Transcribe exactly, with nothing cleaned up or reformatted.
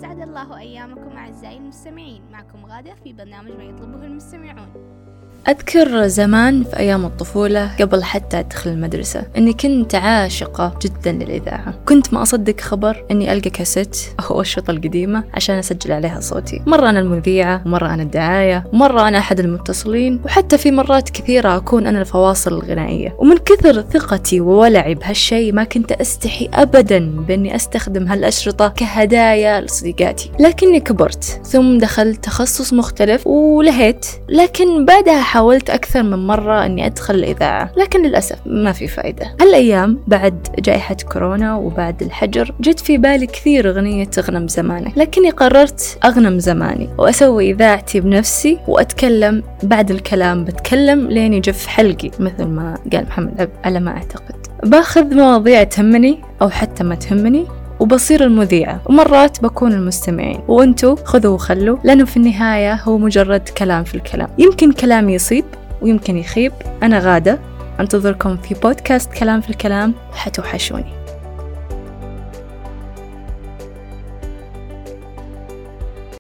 أسعد الله أيامكم أعزائي المستمعين. معكم غادة في برنامج ما يطلبه المستمعون. أذكر زمان في أيام الطفولة قبل حتى أدخل المدرسة أني كنت عاشقة جدا للإذاعة. كنت ما أصدق خبر أني ألقى كاسيت أو الشريط القديمة عشان أسجل عليها صوتي. مرة أنا المذيعة، ومرة أنا الدعاية، ومرة أنا أحد المتصلين، وحتى في مرات كثيرة أكون أنا الفواصل الغنائية. ومن كثر ثقتي وولعي بهالشي ما كنت أستحي أبدا بأني أستخدم هالأشرطة كهدايا لصديقاتي. لكني كبرت ثم دخلت تخصص مختلف ولهيت، لكن بعدها حاولت أكثر من مرة أني أدخل الإذاعة، لكن للأسف ما في فايدة. هالأيام بعد جائحة كورونا وبعد الحجر جت في بالي كثير أغنية أغنم زمانك، لكني قررت أغنم زماني وأسوي إذاعتي بنفسي وأتكلم بعد الكلام بتكلم لين يجف حلقي، مثل ما قال محمد عبد على ما أعتقد. باخذ مواضيع تهمني أو حتى ما تهمني وبصير المذيعة، ومرات بكون المستمعين، وانتو خذوا وخلوا، لأنه في النهاية هو مجرد كلام في الكلام. يمكن كلامي يصيب ويمكن يخيب. أنا غادة، أنتظركم في بودكاست كلام في الكلام، حتوحشوني.